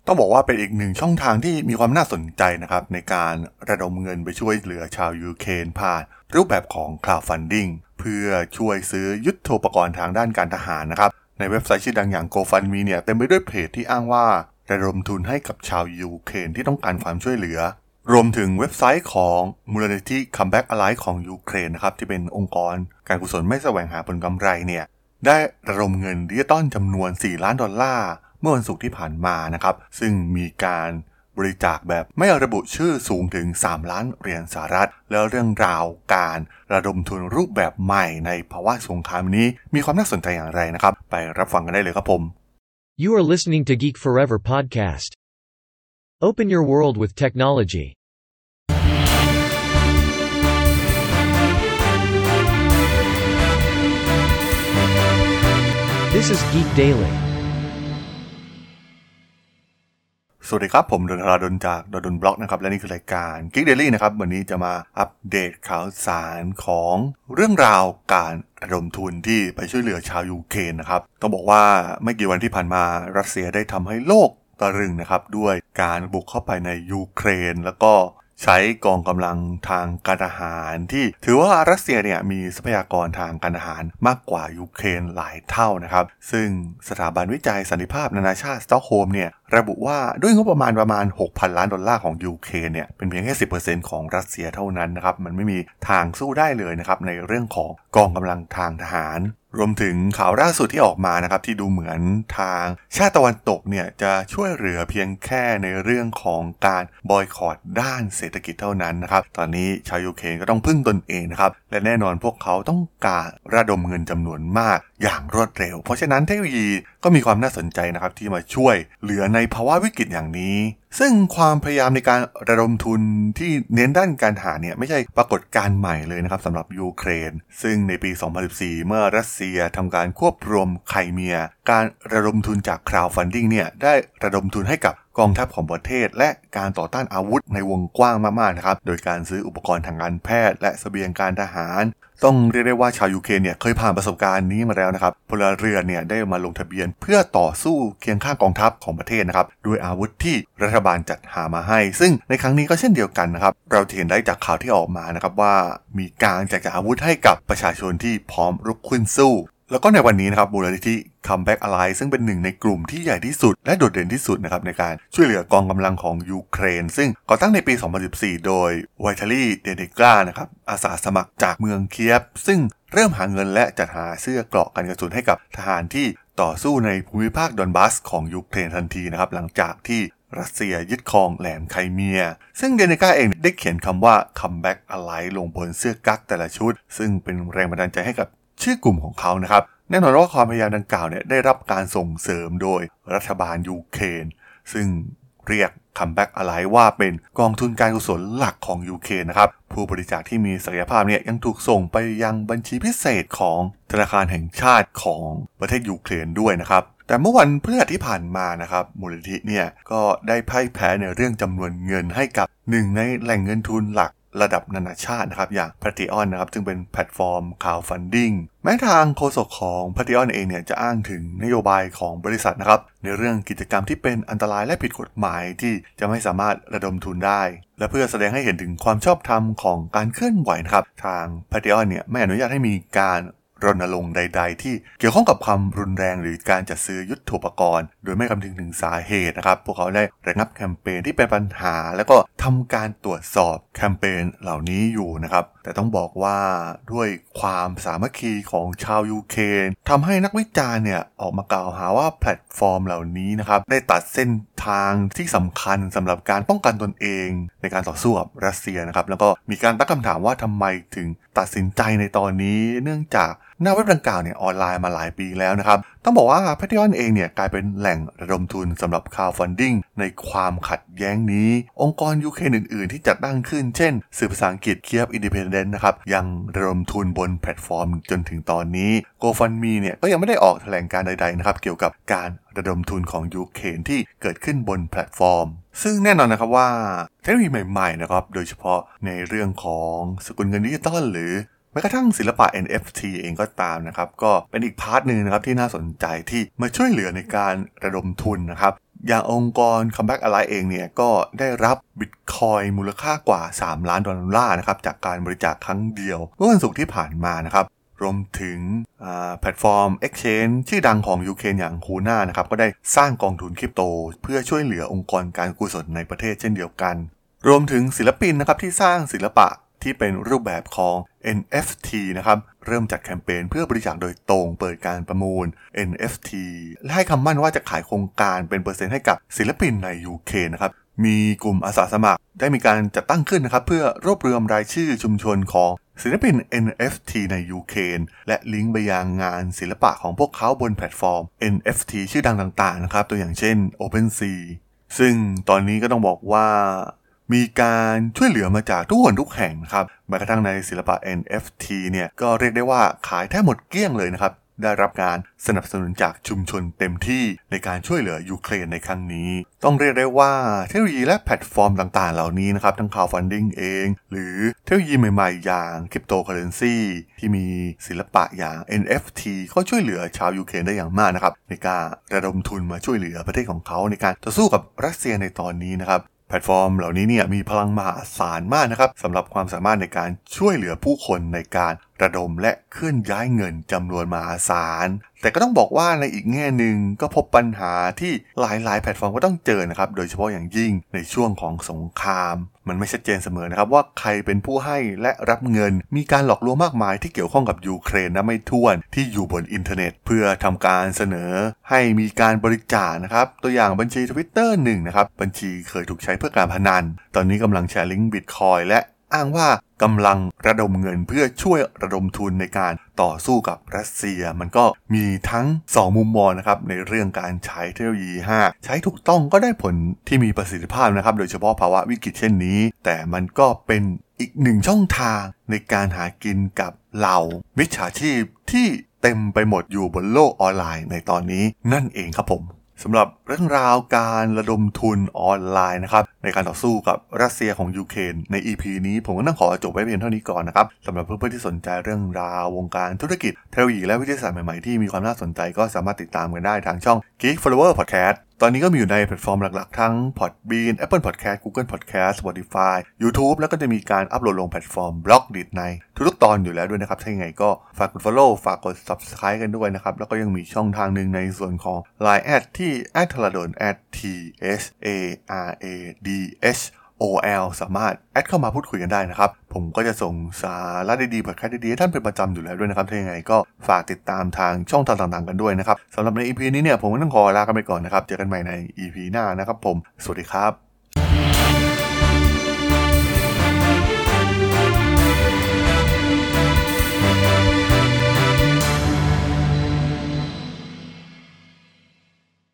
ต้องบอกว่าเป็นอีกหนึ่งช่องทางที่มีความน่าสนใจนะครับในการระดมเงินไปช่วยเหลือชาวยูเครนผ่านรูปแบบของ crowdfunding เพื่อช่วยซื้อยุทโธปกรณ์ทางด้านการทหารนะครับในเว็บไซต์ชื่อดังอย่าง GoFundMe เนี่ยเต็มไปด้วยเพจที่อ้างว่าระดมทุนให้กับชาวยูเครนที่ต้องการความช่วยเหลือรวมถึงเว็บไซต์ของมูลนิธิ Comeback Alliance ของยูเครนนะครับที่เป็นองค์กรการกุศลไม่แสวงหาผลกำไรเนี่ยได้ระดมเงินดิจิตอลจำนวน$4 ล้านเมื่อวันศุกร์ที่ผ่านมานะครับซึ่งมีการบริจาคแบบไม่ระบุชื่อสูงถึง$3 ล้านแล้วเรื่องราวการระดมทุนรูปแบบใหม่ในภาวะสงครามนี้มีความน่าสนใจอย่างไรนะครับไปรับฟังกันได้เลยครับผม You are listening to Geek Forever podcast. Open your world with technology. This is Geek Daily. สวัสดีครับผมดนทราดนจากดนบล็อกนะครับและนี่คือรายการ Geek Daily นะครับวันนี้จะมาอัปเดตข่าวสารของเรื่องราวการระดมทุนที่ไปช่วยเหลือชาวยูเครนนะครับต้องบอกว่าไม่กี่วันที่ผ่านมารัสเซียได้ทำให้โลกตะลึงนะครับด้วยการบุกเข้าไปในยูเครนแล้วก็ใช้กองกำลังทางการทหารที่ถือว่ารัสเซียเนี่ยมีทรัพยากรทางการทหารมากกว่ายูเครนหลายเท่านะครับซึ่งสถาบันวิจัยสันติภาพนานาชาติสต็อกโฮล์มเนี่ยระบุว่าด้วยงบประมาณ$6,000 ล้านของยูเครนเนี่ยเป็นเพียงแค่ 10% ของรัสเซียเท่านั้นนะครับมันไม่มีทางสู้ได้เลยนะครับในเรื่องของกองกำลังทางทหารรวมถึงข่าวล่าสุดที่ออกมานะครับที่ดูเหมือนทางชาติตะวันตกเนี่ยจะช่วยเหลือเพียงแค่ในเรื่องของการบอยคอตด้านเศรษฐกิจเท่านั้นนะครับตอนนี้ชาวยูเครนก็ต้องพึ่งตนเองนะครับและแน่นอนพวกเขาต้องการระดมเงินจำนวนมากอย่างรวดเร็วเพราะฉะนั้นเทคโนโลยีก็มีความน่าสนใจนะครับที่มาช่วยเหลือในภาวะวิกฤตอย่างนี้ซึ่งความพยายามในการระดมทุนที่เน้นด้านการทหารเนี่ยไม่ใช่ปรากฏการณ์ใหม่เลยนะครับสำหรับยูเครนซึ่งในปี 2014 เมื่อรัสเซียทำการควบรวมไครเมียการระดมทุนจาก crowdfunding เนี่ยได้ระดมทุนให้กับกองทัพของประเทศและการต่อต้านอาวุธในวงกว้างมากๆนะครับโดยการซื้ออุปกรณ์ทางการแพทย์และเสบียงการทหารต้องเรียกได้ว่าชาวยูเครนเนี่ยเคยผ่านประสบการณ์นี้มาแล้วนะครับพลเรือนเนี่ยได้มาลงทะเบียนเพื่อต่อสู้เคียงข้างกองทัพของประเทศนะครับด้วยอาวุธที่รัฐบาลจัดหามาให้ซึ่งในครั้งนี้ก็เช่นเดียวกันนะครับเราจะเห็นได้จากข่าวที่ออกมานะครับว่ามีการแจกจ่ายอาวุธให้กับประชาชนที่พร้อมรุกขึ้นสู้แล้วก็ในวันนี้นะครับมูลนิธิ Comeback Alliance ซึ่งเป็นหนึ่งในกลุ่มที่ใหญ่ที่สุดและโดดเด่นที่สุดนะครับในการช่วยเหลือกองกำลังของยูเครนซึ่งก่อตั้งในปี 2014 โดยไวทาลีเดเนกรานะครับอาสาสมัครจากเมืองเคียฟซึ่งเริ่มหาเงินและจัดหาเสื้อเกราะกันกระสุนให้กับทหารที่ต่อสู้ในภูมิภาคดอนบาสของยูเครนทันทีนะครับหลังจากที่รัสเซียยึดครองแหลมไครเมียซึ่งเดเนกราเองได้เขียนคำว่า Comeback Alliance ลงบนเสื้อกั๊กแต่ละชุดซึ่งเป็นแรงบันดาลใจให้กับชื่อกลุ่มของเขานะครับแน่นอนว่าความพยายามดังกล่าวเนี่ยได้รับการส่งเสริมโดยรัฐบาลยูเครนซึ่งเรียก Comeback Alliance ว่าเป็นกองทุนการกุศลหลักของยูเครนนะครับผู้บริจาคที่มีศักยภาพเนี่ยยังถูกส่งไปยังบัญชีพิเศษของธนาคารแห่งชาติของประเทศยูเครนด้วยนะครับแต่เมื่อวันพฤหัสที่ผ่านมานะครับมูลนิธิเนี่ยก็ได้พ่ายแพ้ในเรื่องจำนวนเงินให้กับหนึ่งในแหล่งเงินทุนหลักระดับนานาชาตินะครับอย่าง Patreon นะครับซึ่งเป็นแพลตฟอร์ม crowdfunding แม้ทางโฆษกของ Patreon เองเนี่ยจะอ้างถึงนโยบายของบริษัทนะครับในเรื่องกิจกรรมที่เป็นอันตรายและผิดกฎหมายที่จะไม่สามารถระดมทุนได้และเพื่อแสดงให้เห็นถึงความชอบธรรมของการเคลื่อนไหวนะครับทาง Patreon เนี่ยไม่อนุญาตให้มีการรณรงค์ใดๆที่เกี่ยวข้องกับความรุนแรงหรือการจัดซื้อยุทโธปกรณ์โดยไม่คำนึงถึงสาเหตุนะครับพวกเขาได้ระงับแคมเปญที่เป็นปัญหาแล้วก็ทำการตรวจสอบแคมเปญเหล่านี้อยู่นะครับแต่ต้องบอกว่าด้วยความสามัคคีของชาวยูเครนทำให้นักวิจารณ์เนี่ยออกมากล่าวหาว่าแพลตฟอร์มเหล่านี้นะครับได้ตัดเส้นทางที่สำคัญสำหรับการป้องกันตนเองในการต่อสู้กับรัสเซียนะครับแล้วก็มีการตั้งคำถามว่าทำไมถึงตัดสินใจในตอนนี้เนื่องจากหน้าเว็บดังกล่าวเนี่ยออนไลน์มาหลายปีแล้วนะครับต้องบอกว่า Patreon เองเนี่ยกลายเป็นแหล่งระดมทุนสำหรับ crowdfunding ในความขัดแย้งนี้องค์กรยูเครนอื่นๆที่จัดตั้งขึ้นเช่นสื่อภาษาอังกฤษ Kyiv Independent นะครับยังระดมทุนบนแพลตฟอร์มจนถึงตอนนี้ GoFundMe เนี่ยก็ยังไม่ได้ออกแถลงการใดๆนะครับเกี่ยวกับการระดมทุนของยูเครนที่เกิดขึ้นบนแพลตฟอร์มซึ่งแน่นอนนะครับว่าเทคโนโลยีใหม่ๆนะครับโดยเฉพาะในเรื่องของสกุลเงินดิจิตอลหรือแม้กระทั่งศิลปะ NFT เองก็ตามนะครับก็เป็นอีกพาร์ทนึงนะครับที่น่าสนใจที่มาช่วยเหลือในการระดมทุนนะครับอย่างองค์กร Comeback Alliance เองเนี่ยก็ได้รับบิตคอยน์มูลค่ากว่า$3 ล้านนะครับจากการบริจาคครั้งเดียวเมื่อวันศุกร์ที่ผ่านมานะครับรวมถึงแพลตฟอร์ม Exchange ชื่อดังของยูเครนอย่างคูน่านะครับก็ได้สร้างกองทุนคริปโตเพื่อช่วยเหลือองค์กรการกุศลในประเทศเช่นเดียวกันรวมถึงศิลปินนะครับที่สร้างศิลปะที่เป็นรูปแบบของ NFT นะครับเริ่มจัดแคมเปญเพื่อบริจาคโดยตรงเปิดการประมูล NFT และให้คำมั่นว่าจะขายโครงการเป็นเปอร์เซ็นต์ให้กับศิลปินในยูเครนนะครับมีกลุ่มอาสาสมัครได้มีการจัดตั้งขึ้นนะครับเพื่อรวบรวมรายชื่อชุมชนของศิลปิน NFT ในยูเครนและลิงก์ไปยังงานศิลปะของพวกเขาบนแพลตฟอร์ม NFT ชื่อดังต่างๆนะครับตัวอย่างเช่น OpenSea ซึ่งตอนนี้ก็ต้องบอกว่ามีการช่วยเหลือมาจากทุกคนทุกแห่งครับแม้กระทั่งในศิลปะ NFT เนี่ยก็เรียกได้ว่าขายแทบหมดเกลี้ยงเลยนะครับได้รับการสนับสนุนจากชุมชนเต็มที่ในการช่วยเหลือยูเครนในครั้งนี้ต้องเรียกได้ว่าเทคโนโลยีและแพลตฟอร์มต่างๆเหล่านี้นะครับทั้ง crowdfunding เองหรือเทคโนโลยีใหม่ๆอย่างคริปโตเคอเรนซีที่มีศิลปะอย่าง NFT ก็ช่วยเหลือชาวยูเครนได้อย่างมากนะครับในการระดมทุนมาช่วยเหลือประเทศของเขาในการต่อสู้กับรัสเซียในตอนนี้นะครับแพลตฟอร์มเหล่านี้เนี่ยมีพลังมหาศาลมากนะครับสำหรับความสามารถในการช่วยเหลือผู้คนในการระดมและเคลื่อนย้ายเงินจำนวนมหาศาลแต่ก็ต้องบอกว่าในอีกแง่หนึ่งก็พบปัญหาที่หลายๆแพลตฟอร์มก็ต้องเจอนะครับโดยเฉพาะอย่างยิ่งในช่วงของสงครามมันไม่ชัดเจนเสมอนะครับว่าใครเป็นผู้ให้และรับเงินมีการหลอกลวงมากมายที่เกี่ยวข้องกับยูเครนนะไม่ถ้วนที่อยู่บนอินเทอร์เน็ตเพื่อทำการเสนอให้มีการบริจาคนะครับตัวอย่างบัญชี Twitter 1นะครับบัญชีเคยถูกใช้เพื่อการพนันตอนนี้กำลังแชร์ลิงก์ Bitcoin และอ้างว่ากำลังระดมเงินเพื่อช่วยระดมทุนในการต่อสู้กับรัสเซียมันก็มีทั้ง2มุมมองนะครับในเรื่องการใช้เทคโนโลยีใช้ถูกต้องก็ได้ผลที่มีประสิทธิภาพนะครับโดยเฉพาะภาวะวิกฤตเช่นนี้แต่มันก็เป็นอีกหนึ่งช่องทางในการหากินกับเหล่ามิจฉาชีพที่เต็มไปหมดอยู่บนโลกออนไลน์ในตอนนี้นั่นเองครับผมสำหรับเรื่องราวการระดมทุนออนไลน์นะครับในการต่อสู้กับรัสเซียของยูเครนใน EP นี้ผมก็ต้องขอจบไว้เพียงเท่านี้ก่อนนะครับสำหรับเพื่อนๆที่สนใจเรื่องราววงการธุรกิจเทคโนโลยีและวิทยาศาสตร์ใหม่ๆที่มีความน่าสนใจก็สามารถติดตามกันได้ทางช่อง Geek Flower Podcast ตอนนี้ก็มีอยู่ในแพลตฟอร์มหลักๆทั้ง Podbean Apple Podcast Google Podcast Spotify YouTube แล้วก็จะมีการอัปโหลดลงแพลตฟอร์ม Blogdit ในทุกๆตอนอยู่แล้วด้วยนะครับถ้าอย่างไรก็ฝากกด follow ฝากกด subscribe กันด้วยนะครับแล้วก็ยังมีช่องทางนึงในส่วนของ Line แอดที่ @thradon @thradol สามารถแอดเข้ามาพูดคุยกันได้นะครับผมก็จะส่งสาระดีๆพอดแคสต์ดีๆให้ท่านเป็นประจำอยู่แล้วด้วยนะครับถ้าอย่างไรก็ฝากติดตามทางช่องทางต่างๆกันด้วยนะครับสำหรับใน EP นี้เนี่ยผมก็ต้องขอลากันไปก่อนนะครับเจอกันใหม่ใน EP หน้านะครับผมสวัสดีครับ